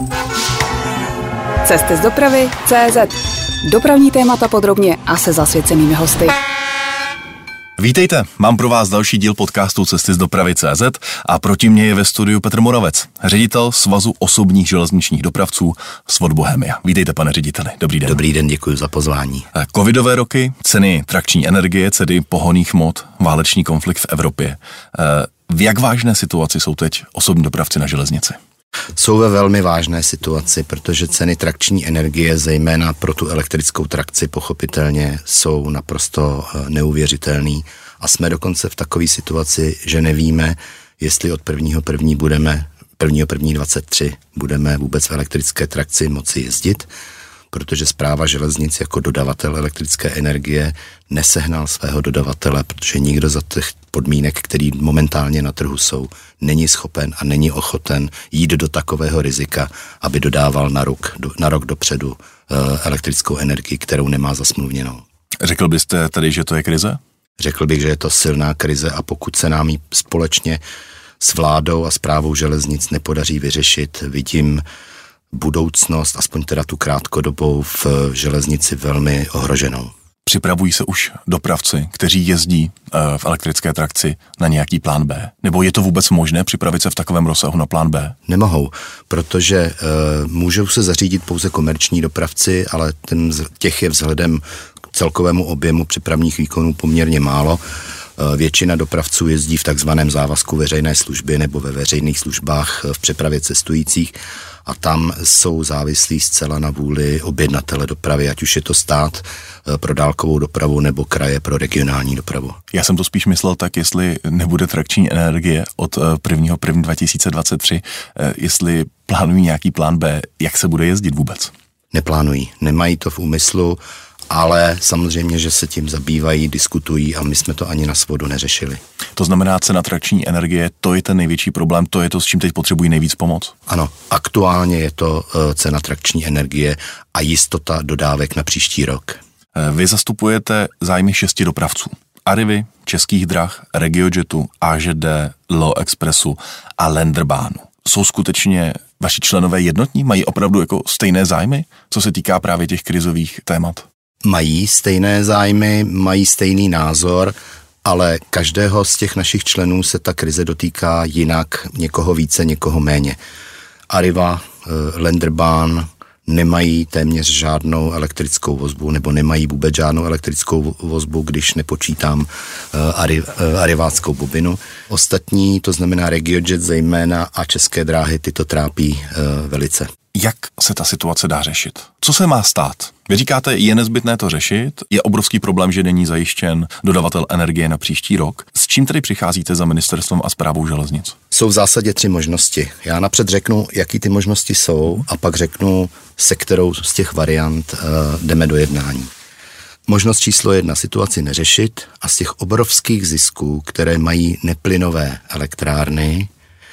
Cesty z dopravy CZ. Dopravní témata podrobně a se zasvěcenými hosty. Vítejte, mám pro vás další díl podcastu Cesty z dopravy CZ a proti mně je ve studiu Petr Moravec, ředitel Svazu osobních železničních dopravců SVOD Bohemia. Vítejte, pane řediteli, dobrý den. Dobrý den, děkuji za pozvání. Covidové roky, ceny trakční energie, ceny pohonných hmot, válečný konflikt v Evropě. V jak vážné situaci jsou teď osobní dopravci na železnici? Jsou ve velmi vážné situaci, protože ceny trakční energie, zejména pro tu elektrickou trakci, pochopitelně jsou naprosto neuvěřitelný a jsme dokonce v takové situaci, že nevíme, jestli od 1.1.23 budeme vůbec v elektrické trakci moci jezdit, protože Správa železnic jako dodavatel elektrické energie nesehnal svého dodavatele, protože nikdo za těch podmínek, které momentálně na trhu jsou, není schopen a není ochoten jít do takového rizika, aby dodával na rok dopředu elektrickou energii, kterou nemá zasmluvněnou. Řekl byste tady, že to je krize? Řekl bych, že je to silná krize a pokud se nám ji společně s vládou a Správou železnic nepodaří vyřešit, vidím budoucnost, aspoň teda tu krátkodobou, v železnici velmi ohroženou. Připravují se už dopravci, kteří jezdí v elektrické trakci na nějaký plán B? Nebo je to vůbec možné připravit se v takovém rozsahu na plán B? Nemohou, protože můžou se zařídit pouze komerční dopravci, ale těch je vzhledem k celkovému objemu přepravních výkonů poměrně málo. Většina dopravců jezdí v takzvaném závazku veřejné služby nebo ve veřejných službách v přepravě cestujících a tam jsou závislí zcela na vůli objednatele dopravy, ať už je to stát pro dálkovou dopravu nebo kraje pro regionální dopravu. Já jsem to spíš myslel tak, jestli nebude trakční energie od 1.1.2023, jestli plánují nějaký plán B, jak se bude jezdit vůbec? Neplánují, nemají to v úmyslu, ale samozřejmě, že se tím zabývají, diskutují a my jsme to ani na SVODu neřešili. To znamená, cena trakční energie, to je ten největší problém, to je to, s čím teď potřebují nejvíc pomoc? Ano, aktuálně je to cena trakční energie a jistota dodávek na příští rok. Vy zastupujete zájmy 6 dopravců. Arrivy, Českých drah, RegioJetu, AŽD, LO Expressu a Länderbahnu. Jsou skutečně vaši členové jednotní? Mají opravdu jako stejné zájmy, co se týká právě těch krizových témat? Mají stejné zájmy, mají stejný názor, ale každého z těch našich členů se ta krize dotýká jinak, někoho více, někoho méně. Arriva, Länderbahn nemají téměř žádnou elektrickou vozbu, nebo nemají vůbec žádnou elektrickou vozbu, když nepočítám arriváckou bobinu. Ostatní, to znamená RegioJet zejména a České dráhy, ty to trápí velice. Jak se ta situace dá řešit? Co se má stát? Vy říkáte, je nezbytné to řešit, je obrovský problém, že není zajištěn dodavatel energie na příští rok. S čím tedy přicházíte za ministerstvem a Správou železnic? Jsou v zásadě 3 možnosti. Já napřed řeknu, jaký ty možnosti jsou a pak řeknu, se kterou z těch variant jdeme do jednání. Možnost číslo 1, situaci neřešit a z těch obrovských zisků, které mají neplynové elektrárny,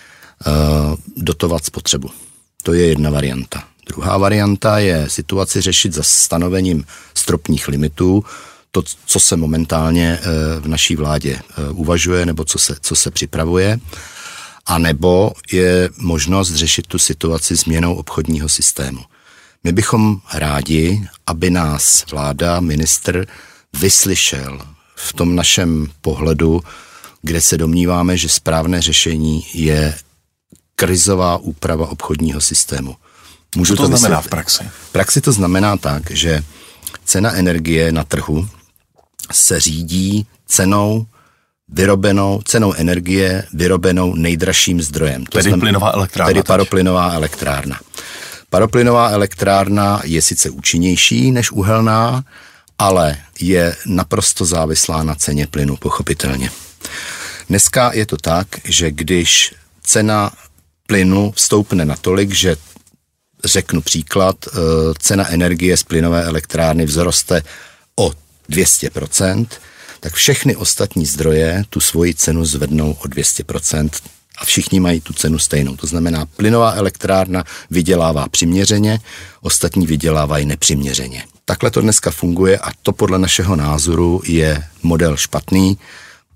dotovat spotřebu. To je jedna varianta. Druhá varianta je situaci řešit za stanovením stropních limitů, to, co se momentálně v naší vládě uvažuje nebo co se připravuje, a nebo je možnost řešit tu situaci změnou obchodního systému. My bychom rádi, aby nás vláda, ministr vyslyšel v tom našem pohledu, kde se domníváme, že správné řešení je krizová úprava obchodního systému. Co to znamená v praxi? V praxi to znamená tak, že cena energie na trhu se řídí cenou energie vyrobenou nejdražším zdrojem. Tedy plynová elektrárna. Tedy paroplynová elektrárna. Paroplynová elektrárna je sice účinnější než uhelná, ale je naprosto závislá na ceně plynu, pochopitelně. Dneska je to tak, že když cena plynu vstoupne natolik, že řeknu příklad, cena energie z plynové elektrárny vzroste o 200%, tak všechny ostatní zdroje tu svoji cenu zvednou o 200% a všichni mají tu cenu stejnou. To znamená, plynová elektrárna vydělává přiměřeně, ostatní vydělávají nepřiměřeně. Takhle to dneska funguje a to podle našeho názoru je model špatný,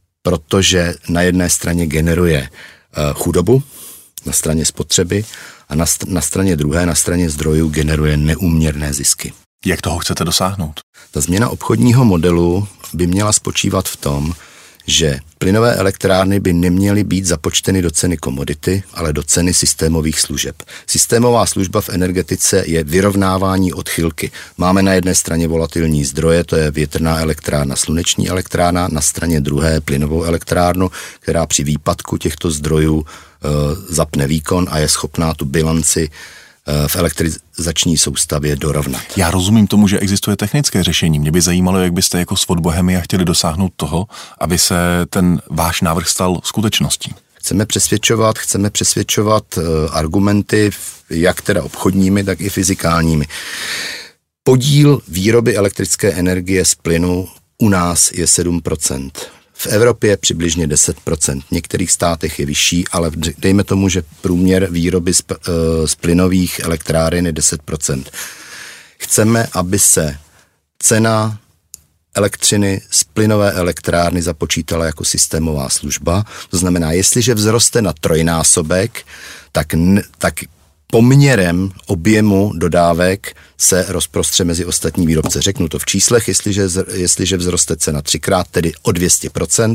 protože na jedné straně generuje chudobu na straně spotřeby a na straně druhé, na straně zdrojů, generuje neúměrné zisky. Jak toho chcete dosáhnout? Ta změna obchodního modelu by měla spočívat v tom, že plynové elektrárny by neměly být započteny do ceny komodity, ale do ceny systémových služeb. Systémová služba v energetice je vyrovnávání odchylky. Máme na jedné straně volatilní zdroje, to je větrná elektrárna, sluneční elektrárna, na straně druhé plynovou elektrárnu, která při výpadku těchto zdrojů zapne výkon a je schopná tu bilanci v elektrizační soustavě dorovnat. Já rozumím tomu, že existuje technické řešení. Mě by zajímalo, jak byste jako Svod Bohemia chtěli dosáhnout toho, aby se ten váš návrh stal skutečností. Chceme přesvědčovat argumenty, jak teda obchodními, tak i fyzikálními. Podíl výroby elektrické energie z plynu u nás je 7%. V Evropě přibližně 10%. V některých státech je vyšší, ale dejme tomu, že průměr výroby z plynových elektráren je 10%. Chceme, aby se cena elektřiny z plynové elektrárny započítala jako systémová služba. To znamená, jestliže vzroste na trojnásobek, tak poměrem objemu dodávek se rozprostře mezi ostatní výrobce. Řeknu to v číslech, jestliže vzroste cena 3x, tedy o 200%,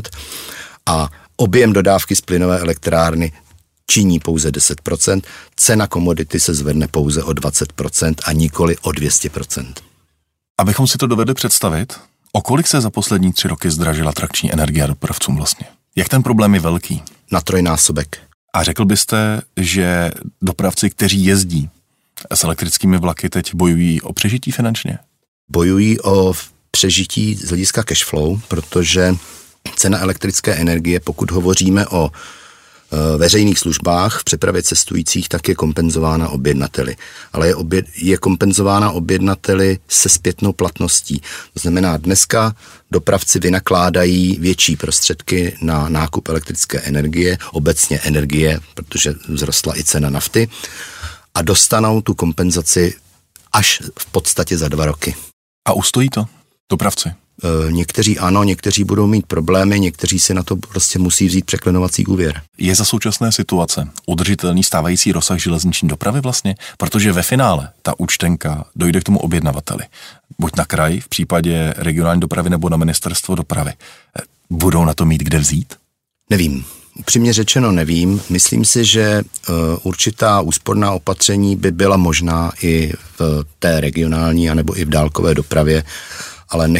a objem dodávky z plynové elektrárny činí pouze 10%, cena komodity se zvedne pouze o 20% a nikoli o 200%. Abychom si to dovedli představit, o kolik se za poslední 3 roky zdražila trakční energie dopravcům vlastně? Jak ten problém je velký? Na trojnásobek. A řekl byste, že dopravci, kteří jezdí s elektrickými vlaky, teď bojují o přežití finančně? Bojují o přežití z hlediska cashflow, protože cena elektrické energie, pokud hovoříme o veřejných službách v přepravě cestujících, tak je kompenzována objednateli. Ale je kompenzována objednateli se zpětnou platností. To znamená, dneska dopravci vynakládají větší prostředky na nákup elektrické energie, obecně energie, protože vzrostla i cena nafty, a dostanou tu kompenzaci až v podstatě za 2 roky. A ustojí to dopravci? Někteří ano, někteří budou mít problémy, někteří si na to prostě musí vzít překlenovací úvěr. Je za současné situace udržitelný stávající rozsah železniční dopravy vlastně? Protože ve finále ta účtenka dojde k tomu objednavateli. Buď na kraj, v případě regionální dopravy, nebo na ministerstvo dopravy. Budou na to mít kde vzít? Nevím. Upřímně řečeno nevím. Myslím si, že určitá úsporná opatření by byla možná i v té regionální anebo i v dálkové dopravě, ale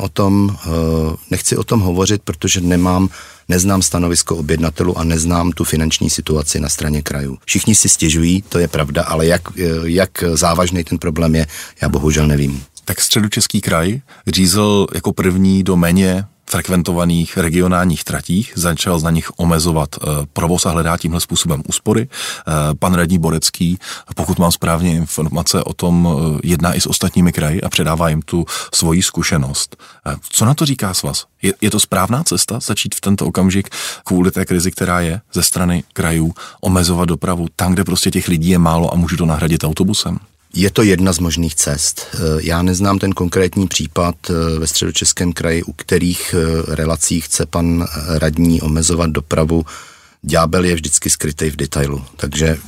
nechci o tom hovořit, protože neznám stanovisko objednatelů a neznám tu finanční situaci na straně krajů. Všichni si stěžují, to je pravda, ale jak závažný ten problém je, já bohužel nevím. Tak Středočeský kraj řízl jako první do méně frekventovaných regionálních tratích, začal na nich omezovat provoz a hledá tímhle způsobem úspory. Pan radní Borecký, pokud mám správně informace o tom, jedná i s ostatními kraji a předává jim tu svoji zkušenost. Co na to říká svaz? Je to správná cesta začít v tento okamžik kvůli té krizi, která je ze strany krajů, omezovat dopravu tam, kde prostě těch lidí je málo a můžu to nahradit autobusem? Je to jedna z možných cest. Já neznám ten konkrétní případ ve Středočeském kraji, u kterých relací chce pan radní omezovat dopravu. Ďábel je vždycky skrytý v detailu. Takže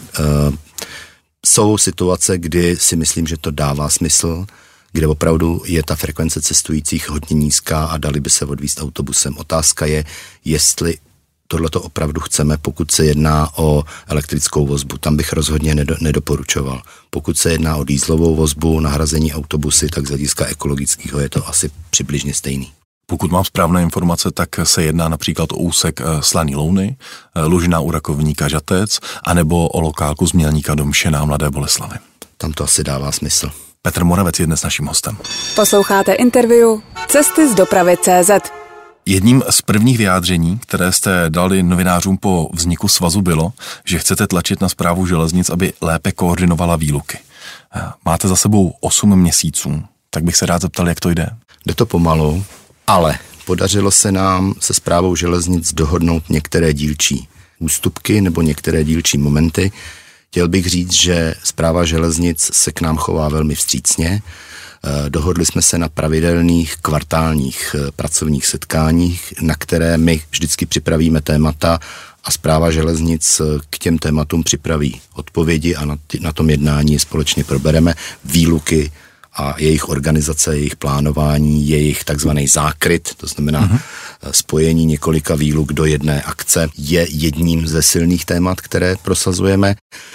jsou situace, kdy si myslím, že to dává smysl, kde opravdu je ta frekvence cestujících hodně nízká a dali by se odvízt autobusem. Otázka je, jestli tohleto opravdu chceme, pokud se jedná o elektrickou vozbu. Tam bych rozhodně nedoporučoval. Pokud se jedná o dýzlovou vozbu, nahrazení autobusy, tak z hlediska ekologického je to asi přibližně stejný. Pokud mám správné informace, tak se jedná například o úsek Slaný Louny, Lužná u Rakovníka Žatec, anebo o lokálku z Mělníka do Mšená Mladé Boleslavi. Tam to asi dává smysl. Petr Moravec je dnes naším hostem. Posloucháte interview Cesty z dopravy.cz. Jedním z prvních vyjádření, které jste dali novinářům po vzniku svazu, bylo, že chcete tlačit na správu železnic, aby lépe koordinovala výluky. Máte za sebou 8 měsíců, tak bych se rád zeptal, jak to jde. Jde to pomalu, ale podařilo se nám se správou železnic dohodnout některé dílčí ústupky nebo některé dílčí momenty. Chtěl bych říct, že správa železnic se k nám chová velmi vstřícně. Dohodli jsme se na pravidelných kvartálních pracovních setkáních, na které my vždycky připravíme témata a Správa železnic k těm tématům připraví odpovědi a na tom jednání společně probereme výluky a jejich organizace, jejich plánování, jejich takzvaný zákryt, to znamená spojení několika výluk do jedné akce, je jedním ze silných témat, které prosazujeme.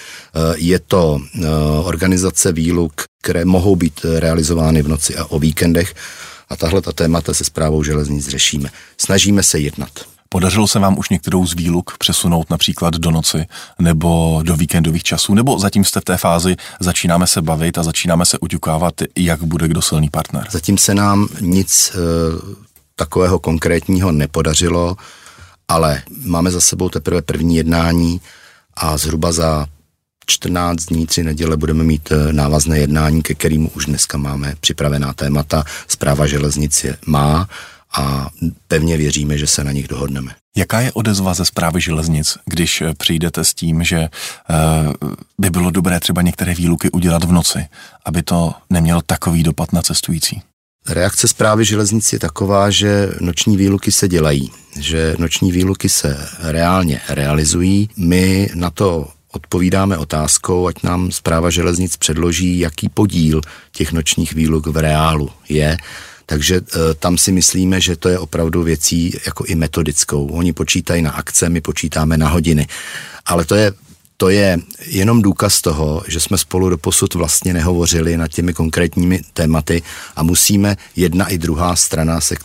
Je to organizace výluk, které mohou být realizovány v noci a o víkendech a tahle témata se Správou železnic řešíme. Snažíme se jednat. Podařilo se vám už některou z výluk přesunout například do noci nebo do víkendových časů, nebo zatím jste v té fázi, začínáme se bavit a začínáme se uťukávat, jak bude kdo silný partner? Zatím se nám nic takového konkrétního nepodařilo, ale máme za sebou teprve první jednání a zhruba za 14 dní, 3 neděle budeme mít návazné jednání, ke kterému už dneska máme připravená témata. Správa železnic je má a pevně věříme, že se na nich dohodneme. Jaká je odezva ze Správy železnic, když přijdete s tím, že by bylo dobré třeba některé výluky udělat v noci, aby to nemělo takový dopad na cestující? Reakce Správy železnic je taková, že noční výluky se dělají, že noční výluky se reálně realizují. My na to odpovídáme otázkou, ať nám Správa železnic předloží, jaký podíl těch nočních výluk v reálu je. Takže tam si myslíme, že to je opravdu věcí jako i metodickou. Oni počítají na akce, my počítáme na hodiny. Ale to je jenom důkaz toho, že jsme spolu doposud vlastně nehovořili nad těmi konkrétními tématy a musíme jedna i druhá strana se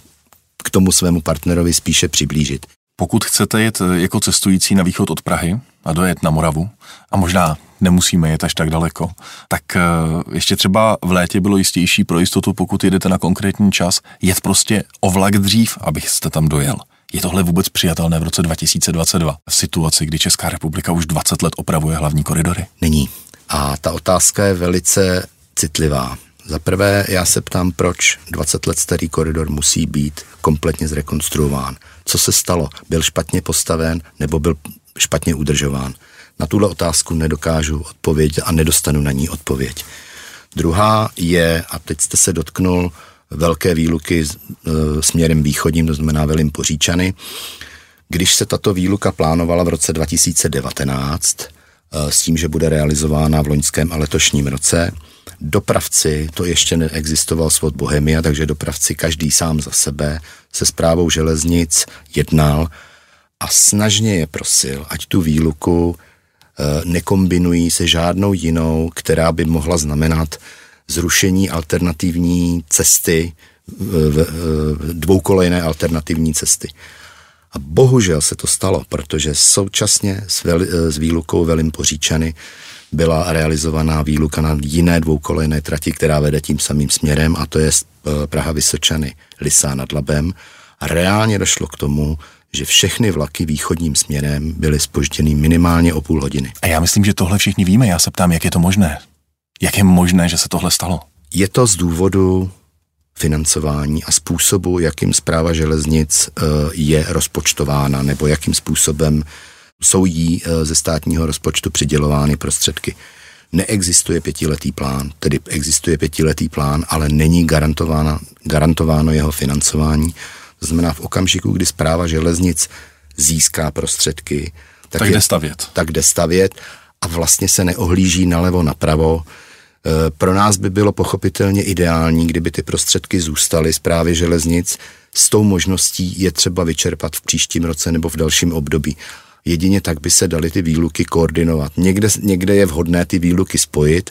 k tomu svému partnerovi spíše přiblížit. Pokud chcete jet jako cestující na východ od Prahy a dojet na Moravu, a možná nemusíme jet až tak daleko, tak ještě třeba v létě bylo jistější pro jistotu, pokud jedete na konkrétní čas, jet prostě o vlak dřív, abyste tam dojel. Je tohle vůbec přijatelné v roce 2022, v situaci, kdy Česká republika už 20 let opravuje hlavní koridory? Není. A ta otázka je velice citlivá. Za prvé, já se ptám, proč 20 let starý koridor musí být kompletně zrekonstruován. Co se stalo? Byl špatně postaven nebo byl špatně udržován? Na tuhle otázku nedokážu odpovědět a nedostanu na ní odpověď. Druhá je, a teď jste se dotknul, velké výluky směrem východním, to znamená Velím Poříčany. Když se tato výluka plánovala v roce 2019, s tím, že bude realizována v loňském a letošním roce, dopravci, to ještě neexistoval svod Bohemia, takže dopravci každý sám za sebe se Správou železnic jednal a snažně je prosil, ať tu výluku nekombinují se žádnou jinou, která by mohla znamenat zrušení alternativní cesty, dvoukolejné alternativní cesty. A bohužel se to stalo, protože současně s výlukou Velím Poříčany byla realizovaná výluka na jiné dvoukolejné trati, která vede tím samým směrem, a to je Praha-Vysočany, Lysá nad Labem. A reálně došlo k tomu, že všechny vlaky východním směrem byly zpožděny minimálně o půl hodiny. A já myslím, že tohle všichni víme. Já se ptám, jak je to možné? Jak je možné, že se tohle stalo? Je to z důvodu financování a způsobu, jakým Správa železnic je rozpočtována, nebo jakým způsobem jsou jí ze státního rozpočtu přidělovány prostředky. Neexistuje 5letý plán, tedy existuje 5letý plán, ale není garantováno jeho financování. To znamená, v okamžiku, kdy Správa železnic získá prostředky, tak jde stavět a vlastně se neohlíží nalevo napravo. Pro nás by bylo pochopitelně ideální, kdyby ty prostředky zůstaly Správě železnic. S tou možností je třeba vyčerpat v příštím roce nebo v dalším období. Jedině tak by se daly ty výluky koordinovat. Někde je vhodné ty výluky spojit,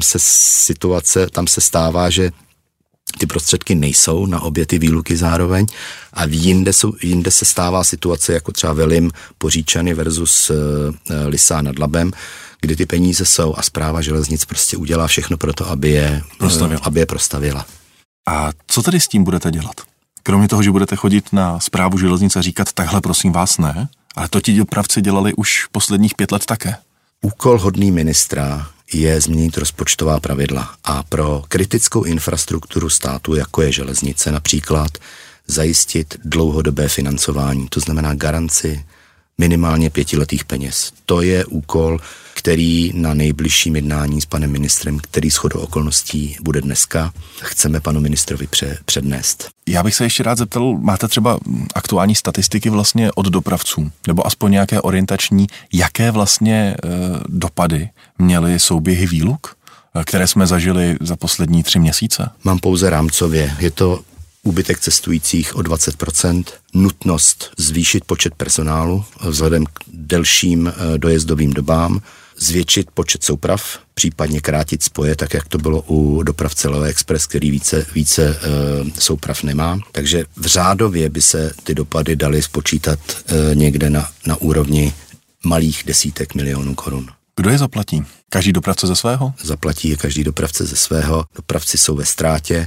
tam se stává, že ty prostředky nejsou na obě ty výluky zároveň a jinde se stává situace jako třeba Velím Poříčany versus Lysá nad Labem, kdy ty peníze jsou a Správa železnic prostě udělá všechno pro to, aby je prostavila. A co tedy s tím budete dělat? Kromě toho, že budete chodit na Správu železnic a říkat, takhle prosím vás ne, ale to ti dopravci dělali už posledních 5 let také. Úkol hodný ministra je změnit rozpočtová pravidla a pro kritickou infrastrukturu státu, jako je železnice například, zajistit dlouhodobé financování, to znamená garanci minimálně 5letých peněz. To je úkol, který na nejbližším jednání s panem ministrem, který shodou okolností bude dneska, chceme panu ministrovi přednést. Já bych se ještě rád zeptal, máte třeba aktuální statistiky vlastně od dopravců, nebo aspoň nějaké orientační, jaké vlastně dopady měly souběhy výluk, které jsme zažili za poslední 3 měsíce? Mám pouze rámcově. Je to úbytek cestujících o 20%, nutnost zvýšit počet personálu vzhledem k delším dojezdovým dobám, zvětšit počet souprav, případně krátit spoje, tak jak to bylo u dopravce Leo Express, který více souprav nemá. Takže v řádově by se ty dopady daly spočítat někde na úrovni malých desítek milionů korun. Kdo je zaplatí? Každý dopravce ze svého? Zaplatí je každý dopravce ze svého. Dopravci jsou ve ztrátě.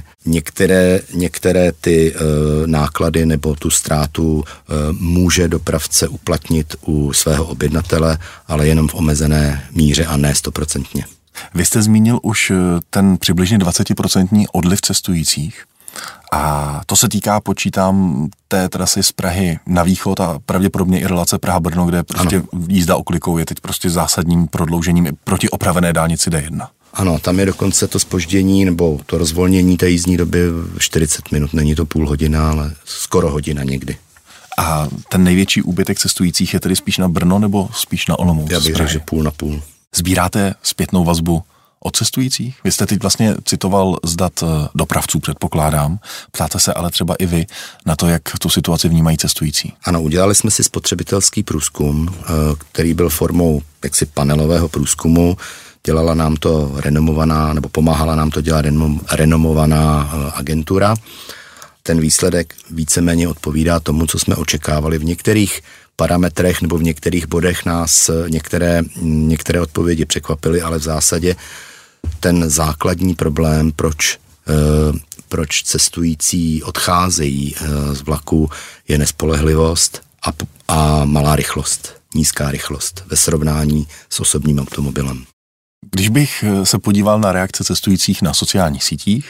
Některé ty náklady nebo tu ztrátu může dopravce uplatnit u svého objednatele, ale jenom v omezené míře a ne 100%. Vy jste zmínil už ten přibližně 20% odliv cestujících. A to se týká, počítám, té trasy z Prahy na východ a pravděpodobně i relace Praha-Brno, kde prostě jízda oklikou je teď prostě zásadním prodloužením proti opravené dálnici D1. Ano, tam je dokonce to zpoždění nebo to rozvolnění té jízdní doby 40 minut, není to půl hodina, ale skoro hodina někdy. A ten největší úbytek cestujících je tedy spíš na Brno nebo spíš na Olomouc? Já bych řekl, že půl na půl. Sbíráte zpětnou vazbu od cestujících? Vy jste teď vlastně citoval z dat dopravců, předpokládám. Ptáte se ale třeba i vy na to, jak tu situaci vnímají cestující. Ano, udělali jsme si spotřebitelský průzkum, který byl formou jaksi panelového průzkumu. Dělala nám to renomovaná, nebo pomáhala nám to dělat renomovaná agentura. Ten výsledek víceméně odpovídá tomu, co jsme očekávali. V některých parametrech nebo v některých bodech nás některé odpovědi překvapily, ale v zásadě ten základní problém, proč cestující odcházejí z vlaku, je nespolehlivost a malá rychlost, nízká rychlost ve srovnání s osobním automobilem. Když bych se podíval na reakce cestujících na sociálních sítích,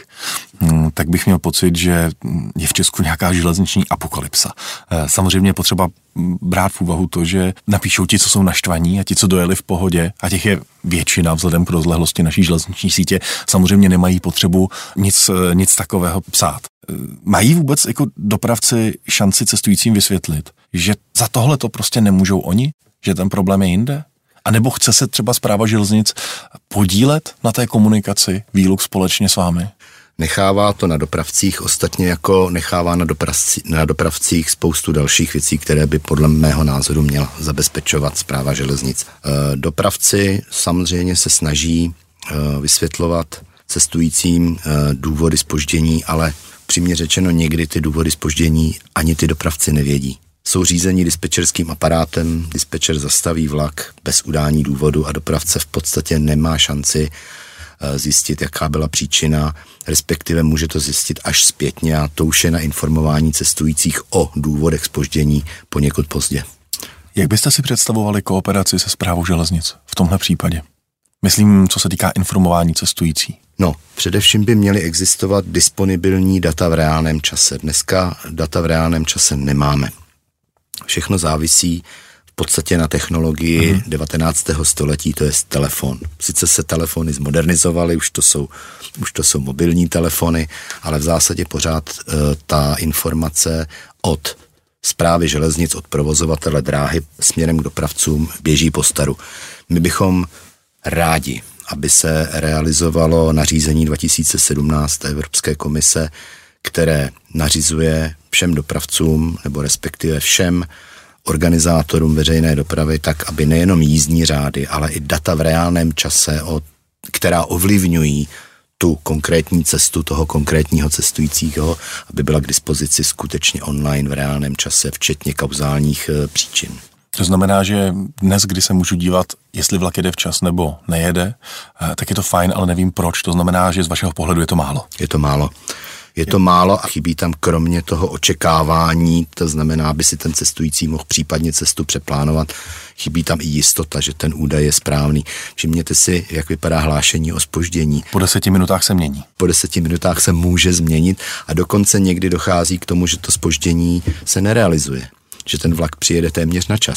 tak bych měl pocit, že je v Česku nějaká železniční apokalypsa. Samozřejmě je potřeba brát v úvahu to, že napíšou ti, co jsou naštvaní a ti, co dojeli v pohodě, a těch je většina vzhledem k rozlehlosti naší železniční sítě, samozřejmě nemají potřebu nic takového psát. Mají vůbec jako dopravci šanci cestujícím vysvětlit, že za tohle to prostě nemůžou oni, že ten problém je jinde? A nebo chce se třeba Správa železnic podílet na té komunikaci výluk společně s vámi? Nechává to na dopravcích, ostatně jako nechává na dopravcích spoustu dalších věcí, které by podle mého názoru měla zabezpečovat Správa železnic. Dopravci samozřejmě se snaží vysvětlovat cestujícím důvody zpoždění, ale přímě řečeno někdy ty důvody zpoždění ani ty dopravci nevědí. Jsou řízení dispečerským aparátem, dispečer zastaví vlak bez udání důvodu a dopravce v podstatě nemá šanci zjistit, jaká byla příčina, respektive může to zjistit až zpětně a to už je na informování cestujících o důvodech zpoždění poněkud pozdě. Jak byste si představovali kooperaci se Správou železnic v tomhle případě? Myslím, co se týká informování cestující. No, především by měly existovat disponibilní data v reálném čase. Dneska data v reálném čase nemáme. Všechno závisí v podstatě na technologii 19. století, to je telefon. Sice se telefony zmodernizovaly, už to jsou mobilní telefony, ale v zásadě pořád ta informace od Správy železnic, od provozovatele dráhy směrem k dopravcům běží po staru. My bychom rádi, aby se realizovalo nařízení 2017 Evropské komise, které nařizuje všem dopravcům nebo respektive všem organizátorům veřejné dopravy tak, aby nejenom jízdní řády, ale i data v reálném čase, která ovlivňují tu konkrétní cestu toho konkrétního cestujícího, aby byla k dispozici skutečně online v reálném čase, včetně kauzálních příčin. To znamená, že dnes, kdy se můžu dívat, jestli vlak jede včas nebo nejede, tak je to fajn, ale nevím proč. To znamená, že z vašeho pohledu je to málo. Je to málo. Je to málo a chybí tam kromě toho očekávání, to znamená, aby si ten cestující mohl případně cestu přeplánovat, chybí tam i jistota, že ten údaj je správný. Všimněte si, jak vypadá hlášení o zpoždění. Po 10 minutách se mění. Po 10 minutách se může změnit a dokonce někdy dochází k tomu, že to zpoždění se nerealizuje, že ten vlak přijede téměř na čas.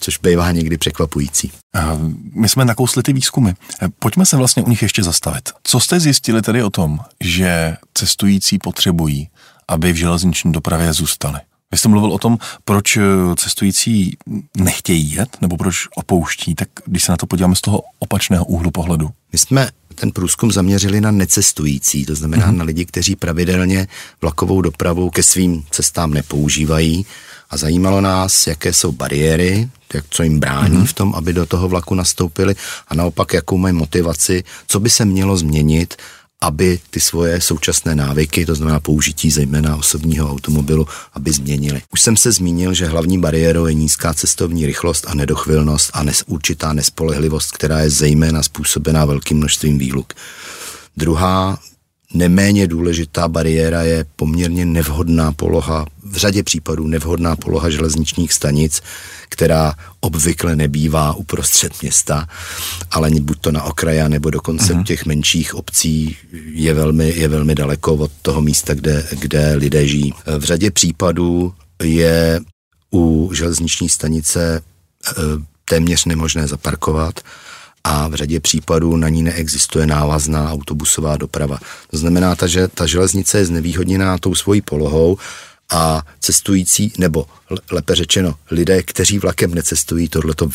což bývá někdy překvapující. My jsme nakousli ty výzkumy. Pojďme se vlastně u nich ještě zastavit. Co jste zjistili tedy o tom, že cestující potřebují, aby v železniční dopravě zůstali? Vy jste mluvil o tom, proč cestující nechtějí jet, nebo proč opouští, tak když se na to podíváme z toho opačného úhlu pohledu. My jsme ten průzkum zaměřili na necestující, to znamená na lidi, kteří pravidelně vlakovou dopravu ke svým cestám nepoužívají, a zajímalo nás, jaké jsou bariéry, co jim brání v tom, aby do toho vlaku nastoupili, a naopak, jakou mají motivaci, co by se mělo změnit, aby ty svoje současné návyky, to znamená použití zejména osobního automobilu, aby změnili. Už jsem se zmínil, že hlavní bariérou je nízká cestovní rychlost a nedochvilnost a určitá nespolehlivost, která je zejména způsobená velkým množstvím výluk. Druhá, neméně důležitá bariéra je poměrně nevhodná poloha, v řadě případů nevhodná poloha železničních stanic, která obvykle nebývá uprostřed města, ale buď to na okraji, nebo dokonce u těch menších obcí je velmi daleko od toho místa, kde lidé žijí. V řadě případů je u železniční stanice téměř nemožné zaparkovat a v řadě případů na ní neexistuje návazná autobusová doprava. To znamená, že ta železnice je znevýhodněná tou svojí polohou a cestující, nebo lépe řečeno lidé, kteří vlakem necestují, tohleto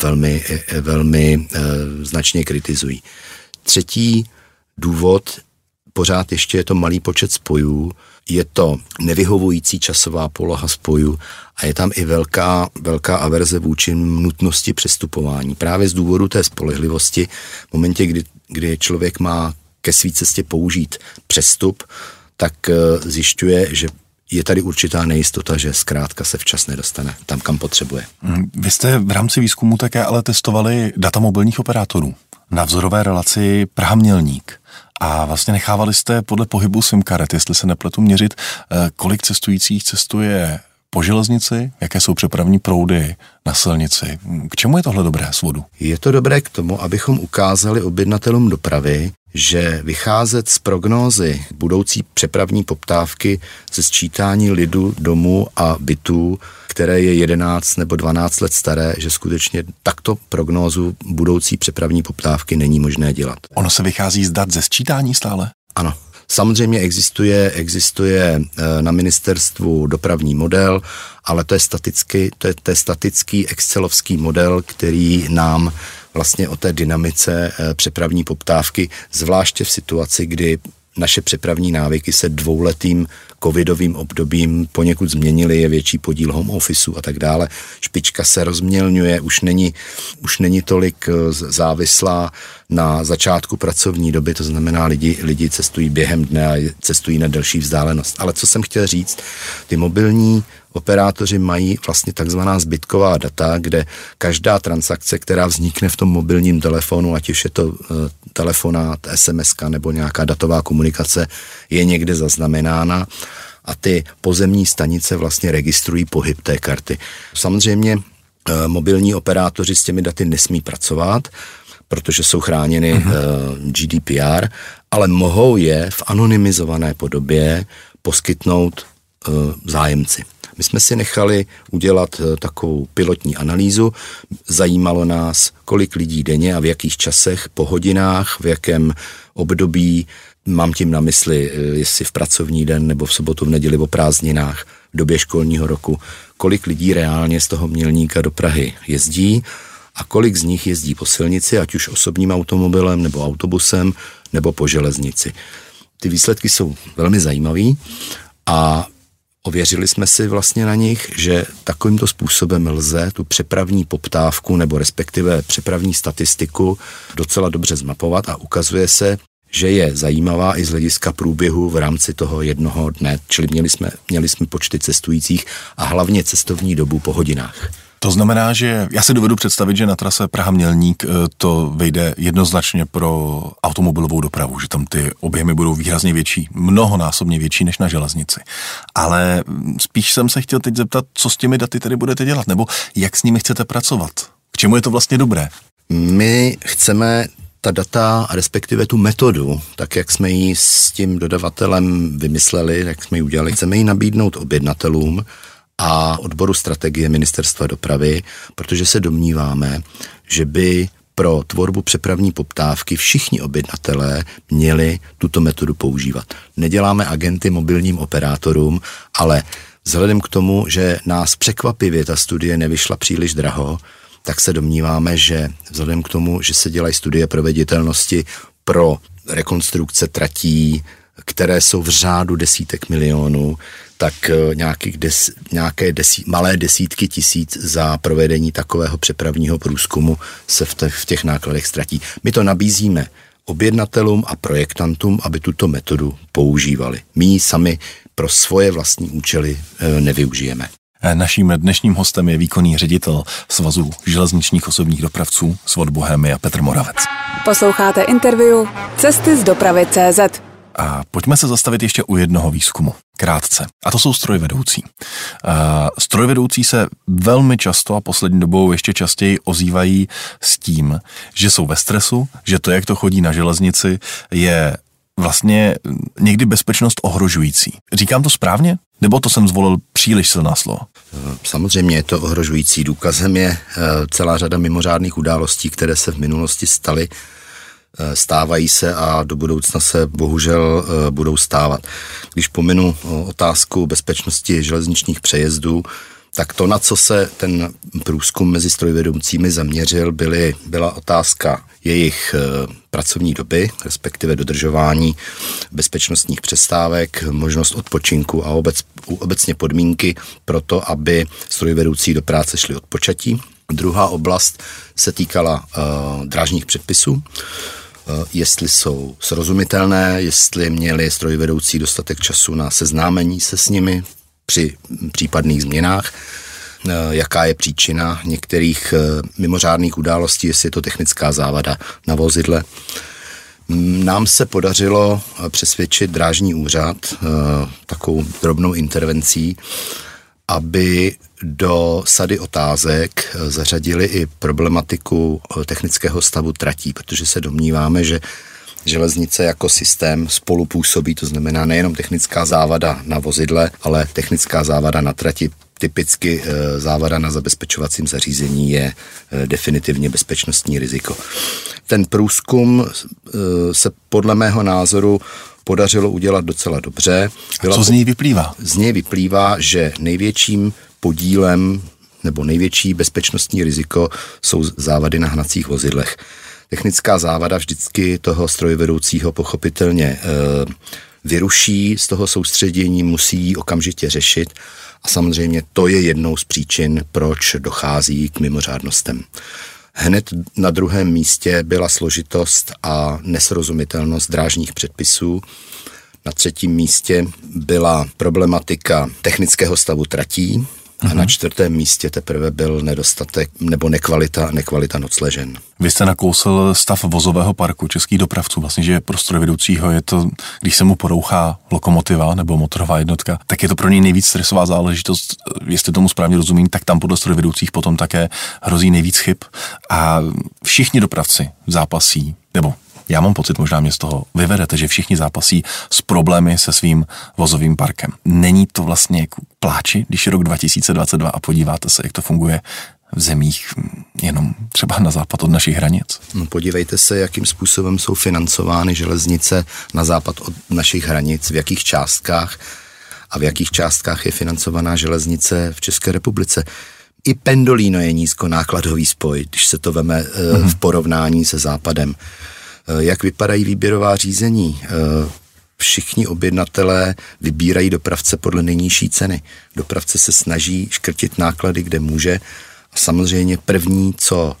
velmi značně kritizují. Třetí důvod, pořád ještě je to malý počet spojů, je to nevyhovující časová poloha spojů a je tam i velká averze vůči nutnosti přestupování. Právě z důvodu té spolehlivosti, v momentě, kdy člověk má ke své cestě použít přestup, tak zjišťuje, že je tady určitá nejistota, že zkrátka se včas nedostane tam, kam potřebuje. Vy jste v rámci výzkumu také ale testovali data mobilních operátorů na vzorové relaci Praha-Mělník. A vlastně nechávali jste podle pohybu SIM karet, jestli se nepletu, měřit, kolik cestujících cestuje po železnici, jaké jsou přepravní proudy na silnici. K čemu je tohle dobré z vodu? Je to dobré k tomu, abychom ukázali objednatelům dopravy, že vycházet z prognózy budoucí přepravní poptávky ze sčítání lidu, domů a bytů, které je 11 nebo 12 let staré, že skutečně takto prognózu budoucí přepravní poptávky není možné dělat. Ono se vychází z dat ze sčítání stále? Ano. Samozřejmě existuje na ministerstvu dopravní model, ale to je statický excelovský model, který nám vlastně o té dynamice přepravní poptávky, zvláště v situaci, kdy naše přepravní návyky se dvouletým covidovým obdobím poněkud změnily, je větší podíl home officeu a tak dále. Špička se rozmělňuje, už není tolik závislá na začátku pracovní doby, to znamená lidi cestují během dne a cestují na delší vzdálenost. Ale co jsem chtěl říct, ty mobilní operátoři mají vlastně takzvaná zbytková data, kde každá transakce, která vznikne v tom mobilním telefonu, ať už je to telefonát, SMS-ka nebo nějaká datová komunikace, je někde zaznamenána a ty pozemní stanice vlastně registrují pohyb té karty. Samozřejmě mobilní operátoři s těmi daty nesmí pracovat, protože jsou chráněny GDPR, ale mohou je v anonymizované podobě poskytnout zájemci. My jsme si nechali udělat takovou pilotní analýzu. Zajímalo nás, kolik lidí denně a v jakých časech, po hodinách, v jakém období, mám tím na mysli, jestli v pracovní den nebo v sobotu, v neděli, o prázdninách, v době školního roku, kolik lidí reálně z toho Mělníka do Prahy jezdí a kolik z nich jezdí po silnici, ať už osobním automobilem nebo autobusem nebo po železnici. Ty výsledky jsou velmi zajímavý a ověřili jsme si vlastně na nich, že takovýmto způsobem lze tu přepravní poptávku nebo respektive přepravní statistiku docela dobře zmapovat a ukazuje se, že je zajímavá i z hlediska průběhu v rámci toho jednoho dne, čili měli jsme počty cestujících a hlavně cestovní dobu po hodinách. To znamená, že já si dovedu představit, že na trase Praha-Mělník to vejde jednoznačně pro automobilovou dopravu, že tam ty objemy budou výrazně větší, mnohonásobně větší než na železnici. Ale spíš jsem se chtěl teď zeptat, co s těmi daty tedy budete dělat, nebo jak s nimi chcete pracovat? K čemu je to vlastně dobré? My chceme ta data, respektive tu metodu, tak jak jsme ji s tím dodavatelem vymysleli, jak jsme ji udělali, chceme ji nabídnout objednatelům a odboru strategie Ministerstva dopravy, protože se domníváme, že by pro tvorbu přepravní poptávky všichni objednatelé měli tuto metodu používat. Neděláme agenty mobilním operátorům, ale vzhledem k tomu, že nás překvapivě ta studie nevyšla příliš draho, tak se domníváme, že vzhledem k tomu, že se dělají studie proveditelnosti pro rekonstrukce tratí, které jsou v řádu desítek milionů, tak malé desítky tisíc za provedení takového přepravního průzkumu se v těch nákladech ztratí. My to nabízíme objednatelům a projektantům, aby tuto metodu používali. My ji sami pro svoje vlastní účely nevyužijeme. Naším dnešním hostem je výkonný ředitel Svazu železničních osobních dopravců Svod Bohemia Petr Moravec. Posloucháte interview Cesty z dopravy.cz. A pojďme se zastavit ještě u jednoho výzkumu. Krátce. A to jsou strojvedoucí. Strojvedoucí se velmi často a poslední dobou ještě častěji ozývají s tím, že jsou ve stresu, že to, jak to chodí na železnici, je vlastně někdy bezpečnost ohrožující. Říkám to správně? Nebo to jsem zvolil příliš silná slova? Samozřejmě je to ohrožující. Důkazem je celá řada mimořádných událostí, které se v minulosti staly, stávají se a do budoucna se bohužel budou stávat. Když pominu otázku bezpečnosti železničních přejezdů, tak to, na co se ten průzkum mezi strojvedoucími zaměřil, byla otázka jejich pracovní doby, respektive dodržování bezpečnostních přestávek, možnost odpočinku a obecně podmínky pro to, aby strojvedoucí do práce šli odpočatí. Druhá oblast se týkala drážních předpisů, jestli jsou srozumitelné, jestli měli strojvedoucí dostatek času na seznámení se s nimi při případných změnách, jaká je příčina některých mimořádných událostí, jestli je to technická závada na vozidle. Nám se podařilo přesvědčit drážní úřad takovou drobnou intervencí, aby do sady otázek zařadili i problematiku technického stavu tratí, protože se domníváme, že železnice jako systém spolupůsobí, to znamená nejenom technická závada na vozidle, ale technická závada na trati. Typicky závada na zabezpečovacím zařízení je definitivně bezpečnostní riziko. Ten průzkum se podle mého názoru podařilo udělat docela dobře. Co z něj vyplývá? Z něj vyplývá, že největším podílem nebo největší bezpečnostní riziko jsou závady na hnacích vozidlech. Technická závada vždycky toho strojvedoucího pochopitelně vyruší z toho soustředění, musí ji okamžitě řešit a samozřejmě to je jednou z příčin, proč dochází k mimořádnostem. Hned na druhém místě byla složitost a nesrozumitelnost drážních předpisů. Na třetím místě byla problematika technického stavu tratí a na čtvrtém místě teprve byl nedostatek nebo nekvalita nocležen. Vy jste nakousl stav vozového parku českých dopravců, vlastně, že pro strojvedoucího je to, když se mu porouchá lokomotiva nebo motorová jednotka, tak je to pro něj nejvíc stresová záležitost, jestli tomu správně rozumím, tak tam podle strojvedoucích potom také hrozí nejvíc chyb a všichni dopravci zápasí, nebo já mám pocit, možná mě z toho vyvedete, že všichni zápasí s problémy se svým vozovým parkem. Není to vlastně jako pláči, když je rok 2022 a podíváte se, jak to funguje v zemích jenom třeba na západ od našich hranic? No, podívejte se, jakým způsobem jsou financovány železnice na západ od našich hranic, v jakých částkách a v jakých částkách je financovaná železnice v České republice. I Pendolino je nízkonákladový spoj, když se to veme v porovnání se západem. Jak vypadají výběrová řízení? Všichni objednatelé vybírají dopravce podle nejnižší ceny. Dopravce se snaží škrtit náklady, kde může. A samozřejmě první, co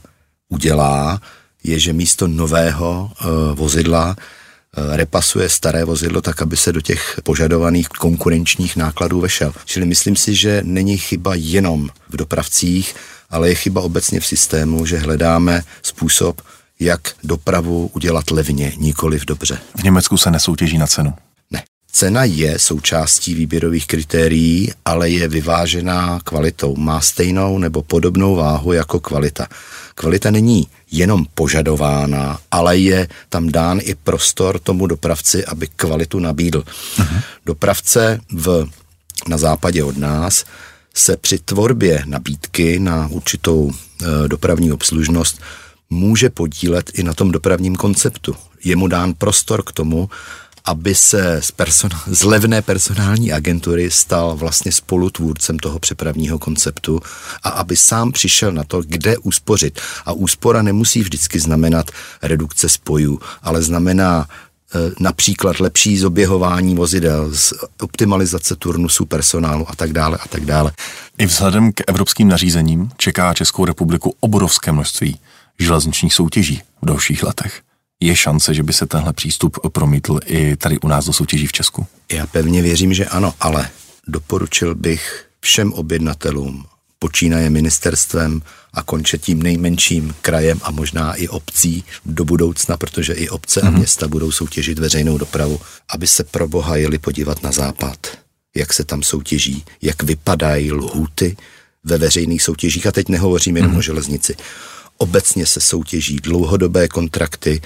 udělá, je, že místo nového vozidla repasuje staré vozidlo tak, aby se do těch požadovaných konkurenčních nákladů vešel. Čili myslím si, že není chyba jenom v dopravcích, ale je chyba obecně v systému, že hledáme způsob, jak dopravu udělat levně, nikoliv dobře. V Německu se nesoutěží na cenu? Ne. Cena je součástí výběrových kritérií, ale je vyvážená kvalitou. Má stejnou nebo podobnou váhu jako kvalita. Kvalita není jenom požadována, ale je tam dán i prostor tomu dopravci, aby kvalitu nabídl. Dopravce na západě od nás se při tvorbě nabídky na určitou dopravní obslužnost může podílet i na tom dopravním konceptu. Je mu dán prostor k tomu, aby se z levné personální agentury stal vlastně spolutvůrcem toho přepravního konceptu a aby sám přišel na to, kde uspořit. A úspora nemusí vždycky znamenat redukce spojů, ale znamená například lepší zoběhování vozidel, optimalizace turnusů personálu a tak dále a tak dále. I vzhledem k evropským nařízením čeká Českou republiku obrovské množství železničních soutěží v dalších letech. Je šance, že by se tenhle přístup promítl i tady u nás do soutěží v Česku? Já pevně věřím, že ano, ale doporučil bych všem objednatelům, počínaje ministerstvem a konče tím nejmenším krajem a možná i obcí do budoucna, protože i obce a města budou soutěžit veřejnou dopravu, aby se pro boha jeli podívat na západ, jak se tam soutěží, jak vypadají lhůty ve veřejných soutěžích. A teď nehovořím jenom o železnici. Obecně se soutěží dlouhodobé kontrakty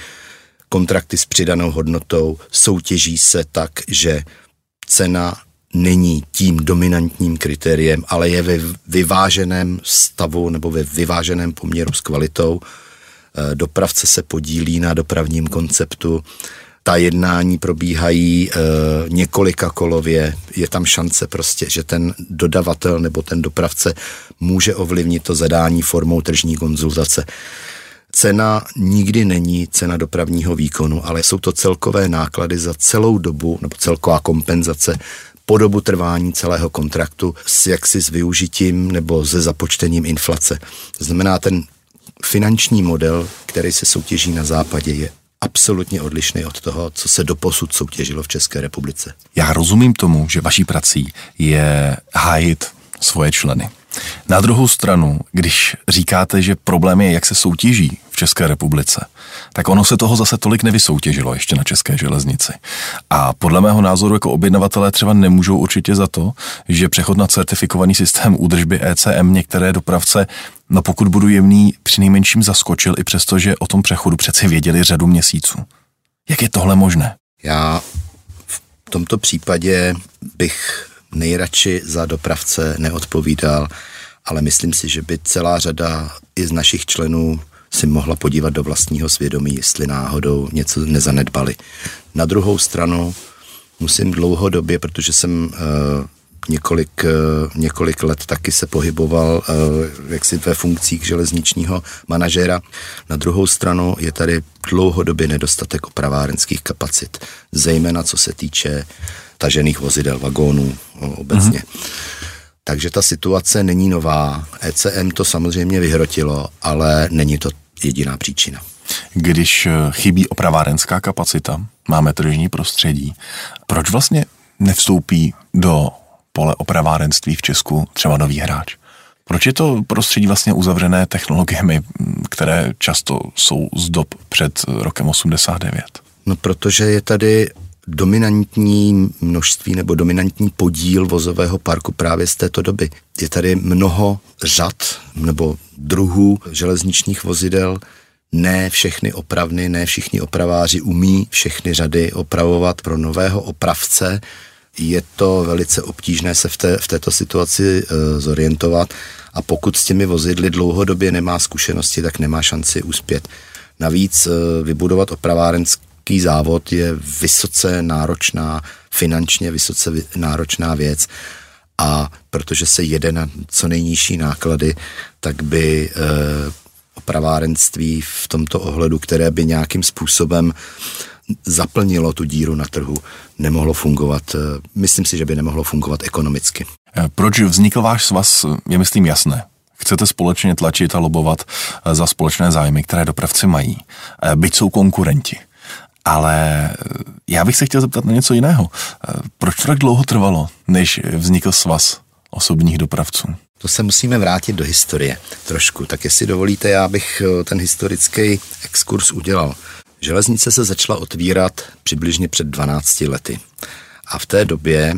s přidanou hodnotou, soutěží se tak, že cena není tím dominantním kritériem, ale je ve vyváženém stavu nebo ve vyváženém poměru s kvalitou. Dopravce se podílí na dopravním konceptu. Ta jednání probíhají několika kolově. Je tam šance prostě, že ten dodavatel nebo ten dopravce může ovlivnit to zadání formou tržní konzultace. Cena nikdy není cena dopravního výkonu, ale jsou to celkové náklady za celou dobu nebo celková kompenzace po dobu trvání celého kontraktu s využitím nebo se započtením inflace. To znamená, ten finanční model, který se soutěží na západě, je absolutně odlišný od toho, co se doposud soutěžilo v České republice. Já rozumím tomu, že vaší prací je hájit svoje členy. Na druhou stranu, když říkáte, že problém je, jak se soutěží v České republice, tak ono se toho zase tolik nevysoutěžilo ještě na České železnici. A podle mého názoru jako objednavatelé třeba nemůžou určitě za to, že přechod na certifikovaný systém údržby ECM některé dopravce, no pokud budu jemný, přinejmenším zaskočil i přesto, že o tom přechodu přeci věděli řadu měsíců. Jak je tohle možné? Já v tomto případě bych nejradši za dopravce neodpovídal, ale myslím si, že by celá řada i z našich členů si mohla podívat do vlastního svědomí, jestli náhodou něco nezanedbali. Na druhou stranu musím dlouhodobě, protože jsem několik let taky se pohyboval jaksi ve funkcích železničního manažéra. Na druhou stranu je tady dlouhodobě nedostatek opravárenských kapacit, zejména co se týče tažených vozidel, vagónů obecně. Takže ta situace není nová. ECM to samozřejmě vyhrotilo, ale není to jediná příčina. Když chybí opravárenská kapacita, máme tržní prostředí, proč vlastně nevstoupí do pole opravárenství v Česku třeba nový hráč? Proč je to prostředí vlastně uzavřené technologiemi, které často jsou z dob před rokem 89? No, protože je tady dominantní množství nebo dominantní podíl vozového parku právě z této doby. Je tady mnoho řad nebo druhů železničních vozidel. Ne všechny opravny, ne všichni opraváři umí všechny řady opravovat. Pro nového opravce je to velice obtížné se v této situaci zorientovat a pokud s těmi vozidly dlouhodobě nemá zkušenosti, tak nemá šanci uspět. Navíc vybudovat opravárenský závod je vysoce náročná, finančně vysoce náročná věc a protože se jede na co nejnižší náklady, tak by opravárenství v tomto ohledu, které by nějakým způsobem zaplnilo tu díru na trhu, nemohlo fungovat. Myslím si, že by nemohlo fungovat ekonomicky. Proč vznikl váš svaz, je myslím jasné. Chcete společně tlačit a lobovat za společné zájmy, které dopravci mají. Byť jsou konkurenti. Ale já bych se chtěl zeptat na něco jiného. Proč to tak dlouho trvalo, než vznikl svaz osobních dopravců? To se musíme vrátit do historie trošku. Tak jestli dovolíte, já bych ten historický exkurs udělal. Železnice se začala otvírat přibližně před 12 lety. A v té době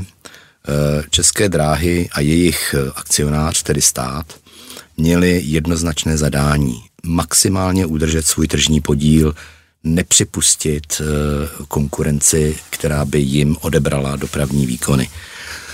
České dráhy a jejich akcionář, tedy stát, měli jednoznačné zadání. Maximálně udržet svůj tržní podíl, nepřipustit konkurenci, která by jim odebrala dopravní výkony.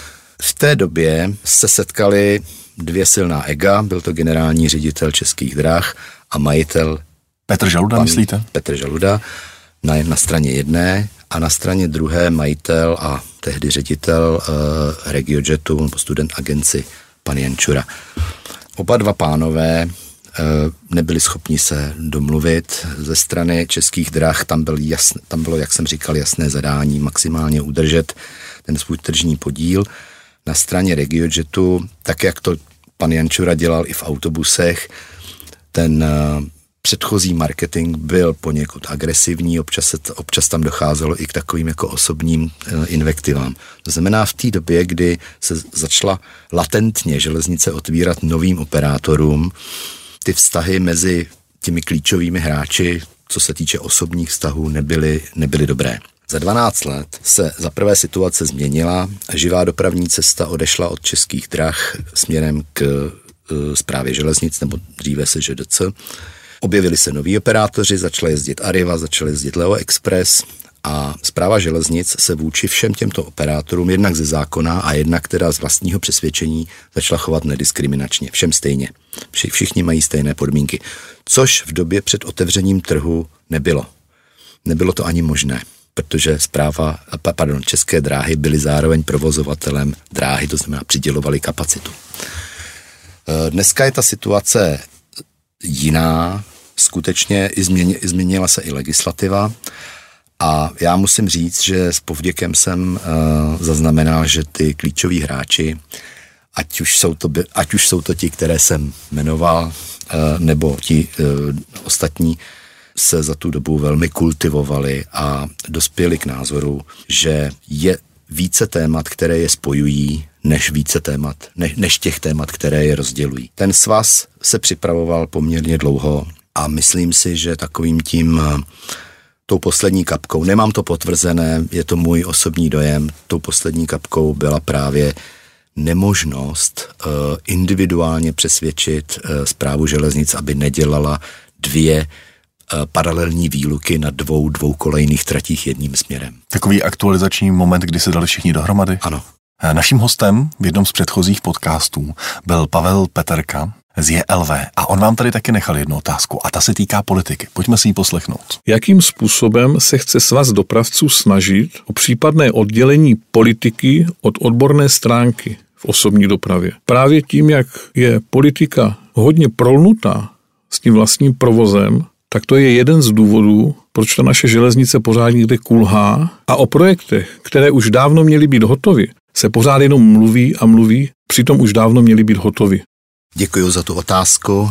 V té době se setkali dvě silná ega, byl to generální ředitel Českých drah a majitel Petr Žaluda, myslíte? Petr Žaluda na straně jedné a na straně druhé majitel a tehdy ředitel RegioJetu nebo Student Agency pan Jančura. Oba dva pánové nebyli schopni se domluvit. Ze strany Českých drah tam bylo, jak jsem říkal, jasné zadání maximálně udržet ten svůj tržní podíl. Na straně RegioJetu, tak jak to pan Jančura dělal i v autobusech, ten předchozí marketing byl poněkud agresivní, občas tam docházelo i k takovým jako osobním invektivám. To znamená v té době, kdy se začala latentně železnice otvírat novým operátorům, ty vztahy mezi těmi klíčovými hráči, co se týče osobních vztahů, nebyly dobré. Za 12 let se za prvé situace změnila, živá dopravní cesta odešla od Českých drah směrem k správě železnic, nebo dříve se ŽDC. Objevili se noví operátoři, začala jezdit Arriva, začala jezdit Leo Express a správa železnic se vůči všem těmto operátorům jednak ze zákona a jednak teda z vlastního přesvědčení začala chovat nediskriminačně, všem stejně. Všichni mají stejné podmínky, což v době před otevřením trhu nebylo. Nebylo to ani možné, protože České dráhy byly zároveň provozovatelem dráhy, to znamená přidělovali kapacitu. Dneska je ta situace jiná, skutečně změnila se i legislativa a já musím říct, že s povděkem jsem zaznamenal, že ty klíčoví hráči, ať už jsou to ti, které jsem jmenoval, nebo ti ostatní, se za tu dobu velmi kultivovali a dospěli k názoru, že je více témat, které je spojují, než těch témat, které je rozdělují. Ten svaz se připravoval poměrně dlouho a myslím si, že takovým tou poslední kapkou, nemám to potvrzené, je to můj osobní dojem, tou poslední kapkou byla právě nemožnost individuálně přesvědčit správu železnic, aby nedělala dvě paralelní výluky na dvoukolejných tratích jedním směrem. Takový aktualizační moment, kdy se dali všichni dohromady? Ano. Naším hostem v jednom z předchozích podcastů byl Pavel Peterka z JLV a on vám tady taky nechal jednu otázku a ta se týká politiky. Pojďme si ji poslechnout. Jakým způsobem se chce svaz dopravců snažit o případné oddělení politiky od odborné stránky v osobní dopravě? Právě tím, jak je politika hodně prolnutá s tím vlastním provozem, tak to je jeden z důvodů, proč ta naše železnice pořád někde kulhá a o projektech, které už dávno měly být hotovy, se pořád jenom mluví a mluví, přitom už dávno měly být hotovy. Děkuji za tu otázku.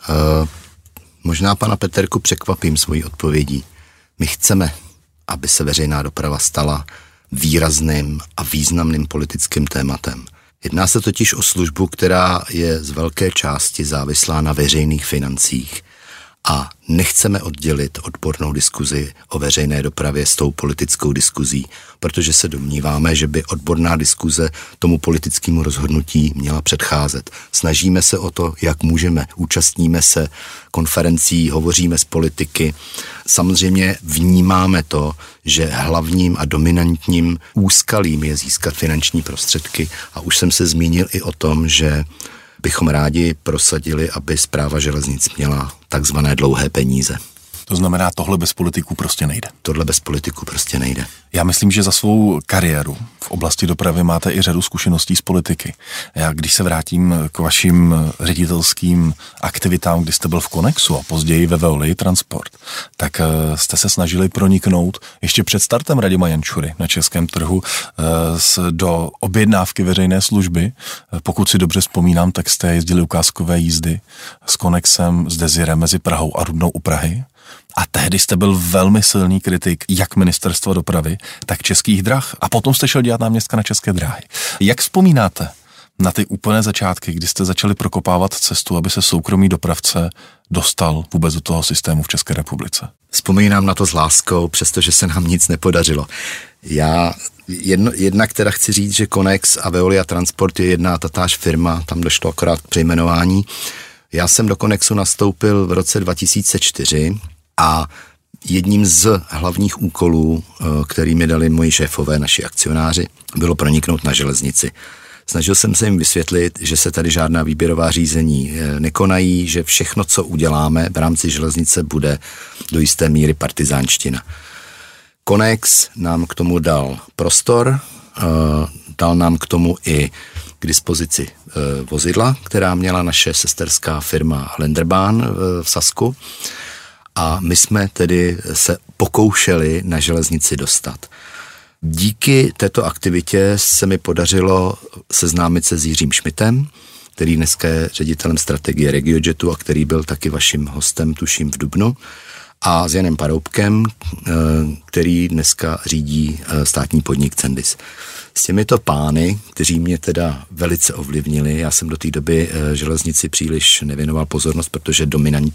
Možná pana Peterku překvapím svojí odpovědí. My chceme, aby se veřejná doprava stala výrazným a významným politickým tématem. Jedná se totiž o službu, která je z velké části závislá na veřejných financích. A nechceme oddělit odbornou diskuzi o veřejné dopravě s tou politickou diskuzí, protože se domníváme, že by odborná diskuze tomu politickému rozhodnutí měla předcházet. Snažíme se o to, jak můžeme. Účastníme se konferencí, hovoříme s politiky. Samozřejmě vnímáme to, že hlavním a dominantním úskalím je získat finanční prostředky a už jsem se zmínil i o tom, že bychom rádi prosadili, aby správa železnic měla takzvané dlouhé peníze. To znamená, tohle bez politiků prostě nejde. Tohle bez politiků prostě nejde. Já myslím, že za svou kariéru v oblasti dopravy máte i řadu zkušeností z politiky. Já když se vrátím k vašim ředitelským aktivitám, kdy jste byl v Konexu a později ve Veolia Transport, tak jste se snažili proniknout ještě před startem Radima Jančury na českém trhu do objednávky veřejné služby. Pokud si dobře vzpomínám, tak jste jezdili ukázkové jízdy s Konexem, s Desirem mezi Prahou a Rudnou u Prahy. A tehdy jste byl velmi silný kritik jak ministerstva dopravy, tak Českých drah. A potom jste šel dělat náměstka na České dráhy. Jak vzpomínáte na ty úplné začátky, kdy jste začali prokopávat cestu, aby se soukromý dopravce dostal vůbec do toho systému v České republice? Vzpomínám na to s láskou, přestože se nám nic nepodařilo. Já jednak teda chci říct, že Konex a Veolia Transport je jedna tatáž firma, tam došlo akorát k přejmenování. Já jsem do Konexu nastoupil v roce 2004 a jedním z hlavních úkolů, který mi dali moji šéfové, naši akcionáři, bylo proniknout na železnici. Snažil jsem se jim vysvětlit, že se tady žádná výběrová řízení nekonají, že všechno, co uděláme v rámci železnice, bude do jisté míry partizánština. Konex nám k tomu dal prostor, dal nám k tomu i k dispozici vozidla, která měla naše sesterská firma Länderbahn v Sasku, a my jsme tedy se pokoušeli na železnici dostat. Díky této aktivitě se mi podařilo seznámit se s Jiřím Šmitem, který dneska je ředitelem strategie RegioJetu a který byl taky vaším hostem, tuším, v dubnu, a s Janem Paroubkem, který dneska řídí státní podnik Cendis. S těmito pány, kteří mě teda velice ovlivnili, já jsem do té doby železnici příliš nevěnoval pozornost, protože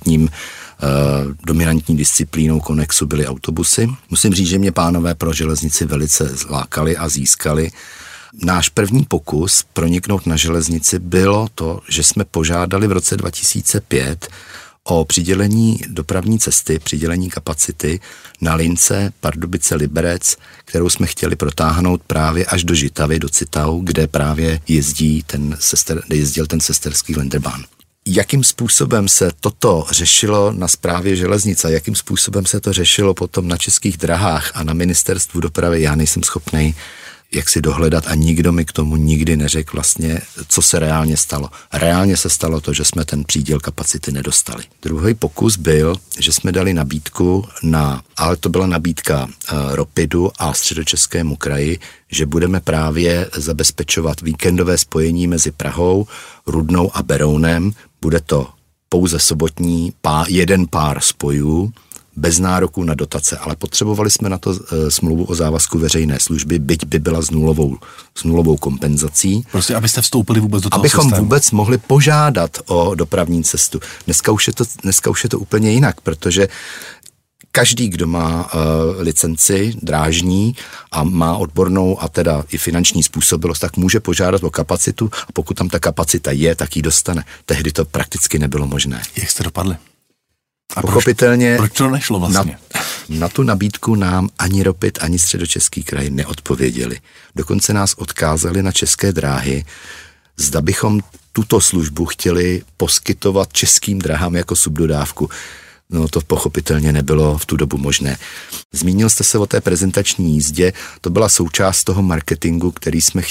dominantní disciplínou Konexu byly autobusy. Musím říct, že mě pánové pro železnici velice zlákali a získali. Náš první pokus proniknout na železnici bylo to, že jsme požádali v roce 2005 o přidělení dopravní cesty, přidělení kapacity na lince Pardubice-Liberec, kterou jsme chtěli protáhnout právě až do Žitavy, do Citau, kde právě jezdil ten sesterský Länderbahn. Jakým způsobem se toto řešilo na správě železnice, jakým způsobem se to řešilo potom na Českých drahách a na ministerstvu dopravy, já nejsem schopnej jak si dohledat a nikdo mi k tomu nikdy neřekl vlastně, co se reálně stalo. Reálně se stalo to, že jsme ten příděl kapacity nedostali. Druhý pokus byl, že jsme dali nabídku ale to byla nabídka Ropidu a Středočeskému kraji, že budeme právě zabezpečovat víkendové spojení mezi Prahou, Rudnou a Berounem. Bude to pouze sobotní jeden pár spojů, bez nároku na dotace, ale potřebovali jsme na to smlouvu o závazku veřejné služby, byť by byla s nulovou kompenzací. Prostě abyste vstoupili vůbec do toho abychom systému. Vůbec mohli požádat o dopravní cestu. Dneska už je to úplně jinak, protože každý, kdo má licenci drážní a má odbornou a teda i finanční způsobilost, tak může požádat o kapacitu a pokud tam ta kapacita je, tak ji dostane. Tehdy to prakticky nebylo možné. Jak jste dopadli? A pochopitelně proč to nešlo vlastně? Na tu nabídku nám ani Ropid, ani Středočeský kraj neodpověděli. Dokonce nás odkázali na České dráhy, zda bychom tuto službu chtěli poskytovat Českým dráhám jako subdodávku. No to pochopitelně nebylo v tu dobu možné. Zmínil jste se o té prezentační jízdě, to byla součást toho marketingu, kterým jsme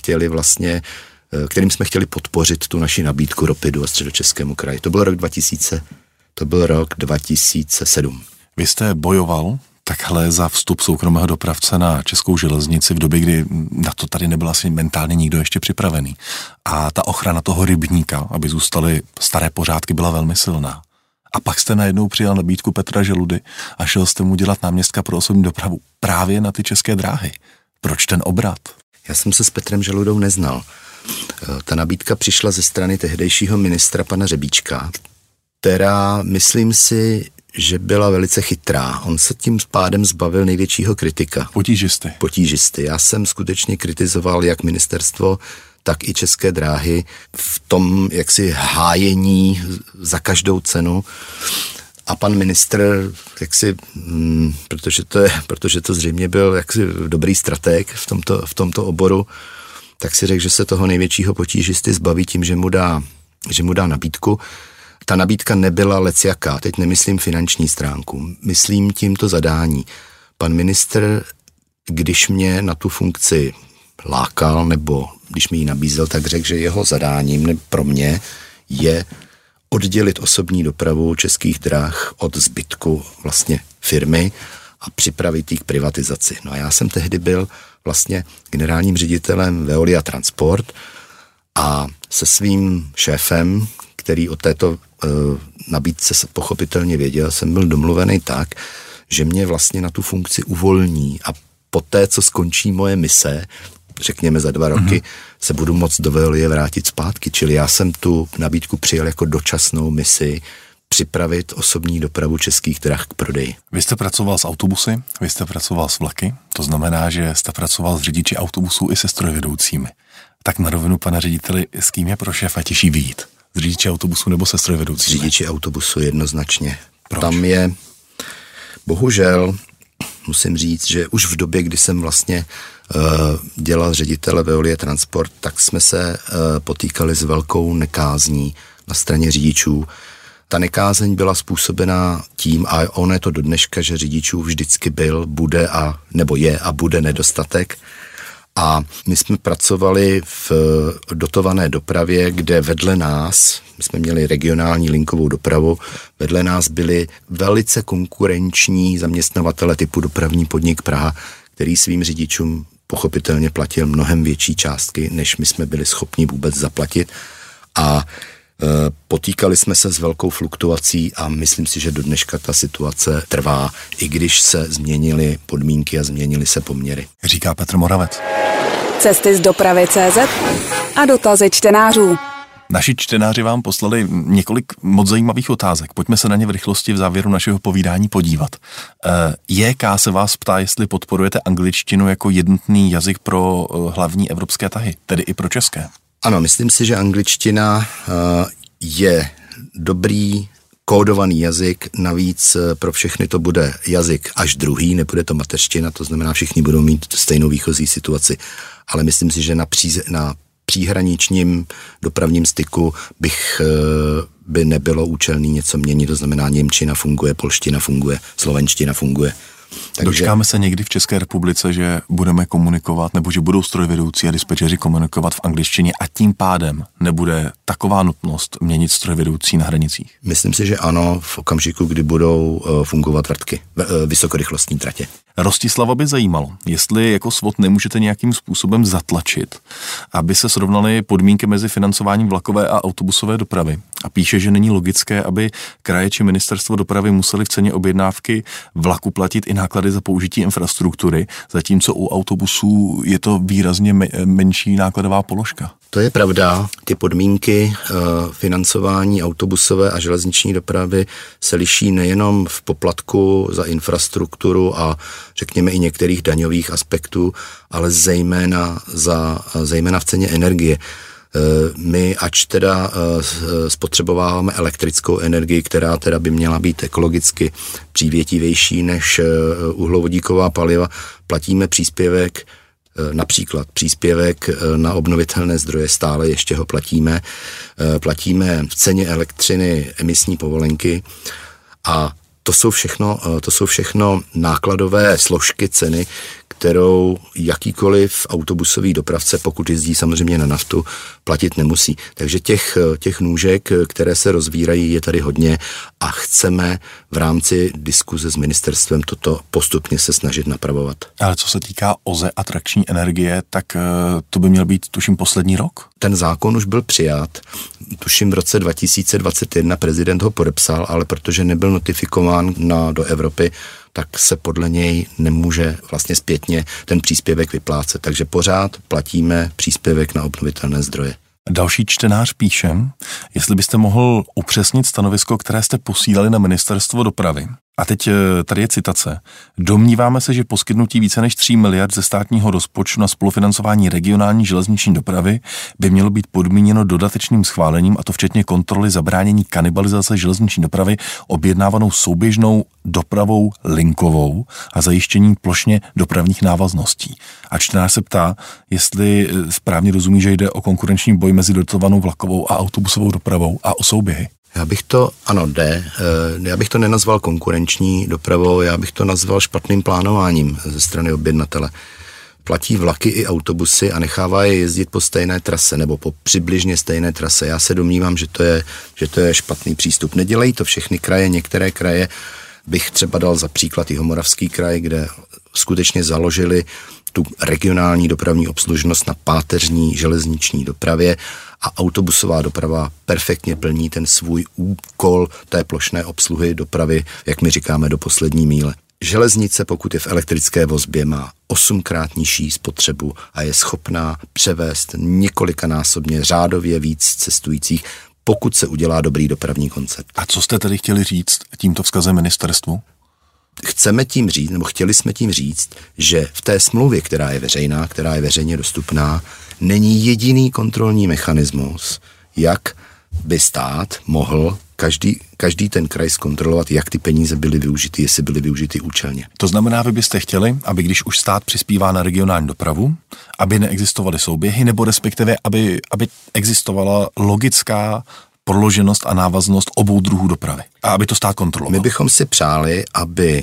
chtěli podpořit tu naši nabídku Ropidu a Středočeskému kraji. To byl rok 2007. Vy jste bojoval takhle za vstup soukromého dopravce na českou železnici v době, kdy na to tady nebyl asi mentálně nikdo ještě připravený. A ta ochrana toho rybníka, aby zůstaly staré pořádky, byla velmi silná. A pak jste najednou přijal nabídku Petra Želudy a šel jste mu dělat náměstka pro osobní dopravu právě na ty České dráhy. Proč ten obrat? Já jsem se s Petrem Želudou neznal. Ta nabídka přišla ze strany tehdejšího ministra pana Řebíčka, která, myslím si, že byla velice chytrá. On se tím pádem zbavil největšího kritika. Potížisty. Já jsem skutečně kritizoval jak ministerstvo, tak i České dráhy v tom jaksi hájení za každou cenu. A pan ministr, protože to zřejmě byl jaksi dobrý stratég v tomto oboru, tak si řekl, že se toho největšího potížisty zbaví tím, že mu dá nabídku. Ta nabídka nebyla lecjaká, teď nemyslím finanční stránku, myslím tímto zadání. Pan ministr, když mě na tu funkci lákal, nebo když mi ji nabízel, tak řekl, že jeho zadáním pro mě je oddělit osobní dopravu Českých drah od zbytku vlastně firmy a připravit ji k privatizaci. No a já jsem tehdy byl vlastně generálním ředitelem Veolia Transport a se svým šéfem, který o této nabídce pochopitelně věděl, jsem byl domluvený tak, že mě vlastně na tu funkci uvolní a poté, co skončí moje mise, řekněme za 2 roky, se budu moct do Veolie vrátit zpátky. Čili já jsem tu nabídku přijal jako dočasnou misi připravit osobní dopravu Českých drah k prodeji. Vy jste pracoval s autobusy, vy jste pracoval s vlaky, to znamená, že jste pracoval s řidiči autobusů i se strojvedoucími. Tak na rovinu, pane řediteli, s kým je pro šéfa těžší vyjít? Z řidiči autobusu nebo se strojvedoucími? Z řidiči autobusu jednoznačně. Proč? Tam je, bohužel, musím říct, že už v době, kdy jsem vlastně dělal ředitele Veolie Transport, tak jsme se potýkali s velkou nekázní na straně řidičů. Ta nekázeň byla způsobená tím, a ono je to do dneška, že řidičů vždycky byl, bude nebo je a bude nedostatek. A my jsme pracovali v dotované dopravě, kde vedle nás, my jsme měli regionální linkovou dopravu, vedle nás byli velice konkurenční zaměstnavatele typu Dopravní podnik Praha, který svým řidičům pochopitelně platil mnohem větší částky, než my jsme byli schopni vůbec zaplatit. A potýkali jsme se s velkou fluktuací a myslím si, že do dneška ta situace trvá, i když se změnily podmínky a změnily se poměry. Říká Petr Moravec. Cesty z dopravy.cz a dotazy čtenářů. Naši čtenáři vám poslali několik moc zajímavých otázek. Pojďme se na ně v rychlosti v závěru našeho povídání podívat. JK se vás ptá, jestli podporujete angličtinu jako jednotný jazyk pro hlavní evropské tahy, tedy i pro české. Ano, myslím si, že angličtina je dobrý kódovaný jazyk, navíc pro všechny to bude jazyk až druhý, nebude to mateřština, to znamená, všichni budou mít stejnou výchozí situaci, ale myslím si, že na příhraničním dopravním styku by nebylo účelný něco měnit, to znamená němčina funguje, polština funguje, slovenština funguje. Takže dočkáme se někdy v České republice, že budeme komunikovat, nebo že budou strojvedoucí a dispečeři komunikovat v angličtině a tím pádem nebude taková nutnost měnit strojvedoucí na hranicích? Myslím si, že ano, v okamžiku, kdy budou fungovat vrtky, vysokorychlostní tratě. Rostislava by zajímalo, jestli jako SVOT nemůžete nějakým způsobem zatlačit, aby se srovnaly podmínky mezi financováním vlakové a autobusové dopravy. A píše, že není logické, aby kraje či ministerstvo dopravy museli v ceně objednávky vlaku platit i náklady za použití infrastruktury, zatímco u autobusů je to výrazně menší nákladová položka. To je pravda. Ty podmínky financování autobusové a železniční dopravy se liší nejenom v poplatku za infrastrukturu a řekněme i některých daňových aspektů, ale zejména v ceně energie. My ač teda spotřebováváme elektrickou energii, která teda by měla být ekologicky přívětivější než uhlovodíková paliva, platíme příspěvek, například příspěvek na obnovitelné zdroje, stále ještě ho platíme. Platíme v ceně elektřiny emisní povolenky a to jsou všechno nákladové složky ceny, kterou jakýkoliv autobusový dopravce, pokud jezdí samozřejmě na naftu, platit nemusí. Takže těch nůžek, které se rozvírají, je tady hodně a chceme v rámci diskuze s ministerstvem toto postupně se snažit napravovat. Ale co se týká OZE a trakční energie, tak to by měl být, tuším, poslední rok? Ten zákon už byl přijat, tuším v roce 2021 prezident ho podepsal, ale protože nebyl notifikován do Evropy, tak se podle něj nemůže vlastně zpětně ten příspěvek vyplácet. Takže pořád platíme příspěvek na obnovitelné zdroje. Další čtenář píše, jestli byste mohl upřesnit stanovisko, které jste posílali na ministerstvo dopravy. A teď tady je citace. Domníváme se, že poskytnutí více než 3 miliard ze státního rozpočtu na spolufinancování regionální železniční dopravy by mělo být podmíněno dodatečným schválením, a to včetně kontroly zabránění kanibalizace železniční dopravy objednávanou souběžnou dopravou linkovou a zajištěním plošně dopravních návazností. A čtenář se ptá, jestli správně rozumí, že jde o konkurenční boj mezi dotovanou vlakovou a autobusovou dopravou a o souběhy. Já bych to nenazval konkurenční dopravou, já bych to nazval špatným plánováním ze strany objednatele. Platí vlaky i autobusy a nechává je jezdit po stejné trase nebo po přibližně stejné trase. Já se domnívám, že to je špatný přístup. Nedělají to všechny kraje, některé kraje bych třeba dal za příklad Jihomoravský kraj, kde skutečně založili tu regionální dopravní obslužnost na páteřní železniční dopravě a autobusová doprava perfektně plní ten svůj úkol té plošné obsluhy dopravy, jak my říkáme, do poslední míle. Železnice, pokud je v elektrické vozbě, má 8krát nižší spotřebu a je schopná převést několikanásobně řádově víc cestujících, pokud se udělá dobrý dopravní koncept. A co jste tedy chtěli říct tímto vzkazem ministerstvu? Chtěli jsme tím říct, že v té smlouvě, která je veřejná, která je veřejně dostupná, není jediný kontrolní mechanismus, jak by stát mohl každý ten kraj zkontrolovat, jak ty peníze byly využity, jestli byly využity účelně. To znamená, vy byste chtěli, aby když už stát přispívá na regionální dopravu, aby neexistovaly souběhy, nebo respektive, aby existovala logická podloženost a návaznost obou druhů dopravy. A aby to stát kontroloval. My bychom si přáli, aby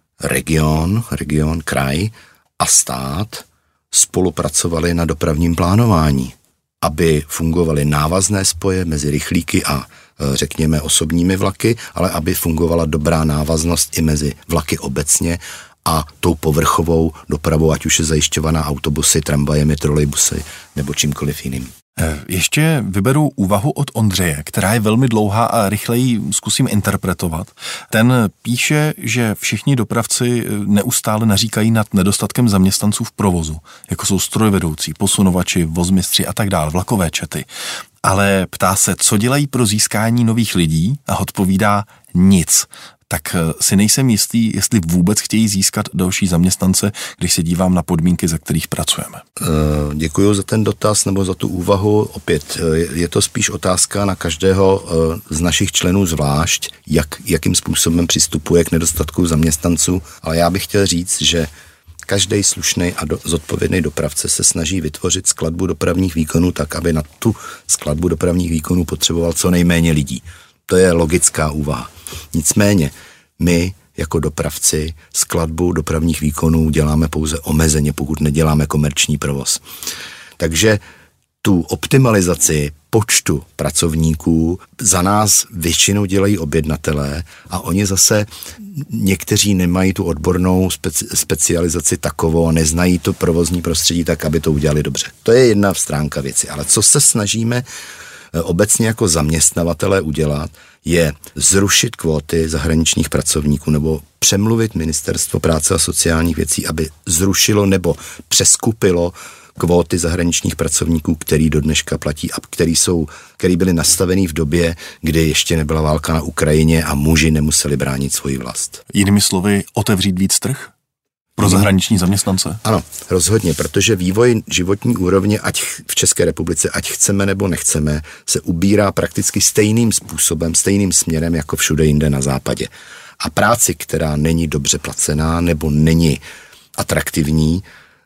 region, kraj a stát spolupracovali na dopravním plánování, aby fungovaly návazné spoje mezi rychlíky a řekněme osobními vlaky, ale aby fungovala dobrá návaznost i mezi vlaky obecně a tou povrchovou dopravou, ať už je zajišťovaná autobusy, tramvajemi, trolejbusy nebo čímkoliv jiným. Ještě vyberu úvahu od Ondřeje, která je velmi dlouhá a rychle ji zkusím interpretovat. Ten píše, že všichni dopravci neustále naříkají nad nedostatkem zaměstnanců v provozu, jako jsou strojvedoucí, posunovači, vozmistři a tak dále, vlakové čety. Ale ptá se, co dělají pro získání nových lidí a odpovídá nic. Tak si nejsem jistý, jestli vůbec chtějí získat další zaměstnance, když se dívám na podmínky, za kterých pracujeme. Děkuji za ten dotaz nebo za tu úvahu. Opět je to spíš otázka na každého z našich členů zvlášť, jakým způsobem přistupuje k nedostatku zaměstnanců, ale já bych chtěl říct, že každý slušný a zodpovědný dopravce se snaží vytvořit skladbu dopravních výkonů tak, aby na tu skladbu dopravních výkonů potřeboval co nejméně lidí. To je logická úvaha. Nicméně my jako dopravci skladbu dopravních výkonů děláme pouze omezeně, pokud neděláme komerční provoz. Takže tu optimalizaci počtu pracovníků za nás většinou dělají objednatelé a oni zase někteří nemají tu odbornou specializaci takovou a neznají to provozní prostředí tak, aby to udělali dobře. To je jedna stránka věci, ale co se snažíme obecně jako zaměstnavatelé udělat, je zrušit kvóty zahraničních pracovníků nebo přemluvit Ministerstvo práce a sociálních věcí, aby zrušilo nebo přeskupilo kvóty zahraničních pracovníků, který do dneška platí a který byly nastavený v době, kdy ještě nebyla válka na Ukrajině a muži nemuseli bránit svoji vlast. Jinými slovy, otevřít víc trh pro zahraniční zaměstnance? Ano, rozhodně, protože vývoj životní úrovně, ať v České republice, ať chceme nebo nechceme, se ubírá prakticky stejným způsobem, stejným směrem jako všude jinde na západě. A práci, která není dobře placená nebo není atraktivní,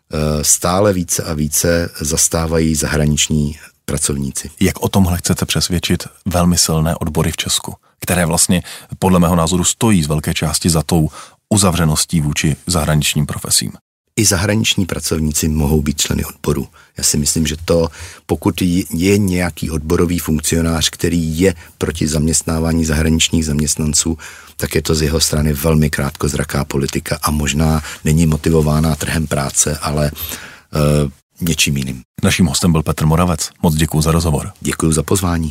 stále více a více zastávají zahraniční pracovníci. Jak o tomhle chcete přesvědčit velmi silné odbory v Česku, které vlastně podle mého názoru stojí z velké části za tou uzavřeností vůči zahraničním profesím? I zahraniční pracovníci mohou být členy odboru. Já si myslím, že to, pokud je nějaký odborový funkcionář, který je proti zaměstnávání zahraničních zaměstnanců, tak je to z jeho strany velmi krátkozraká politika a možná není motivována trhem práce, ale něčím jiným. Naším hostem byl Petr Moravec. Moc děkuju za rozhovor. Děkuju za pozvání.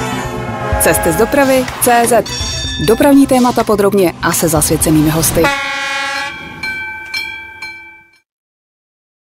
Cesty z dopravy CZ. Dopravní témata podrobně a se zasvěcenými hosty.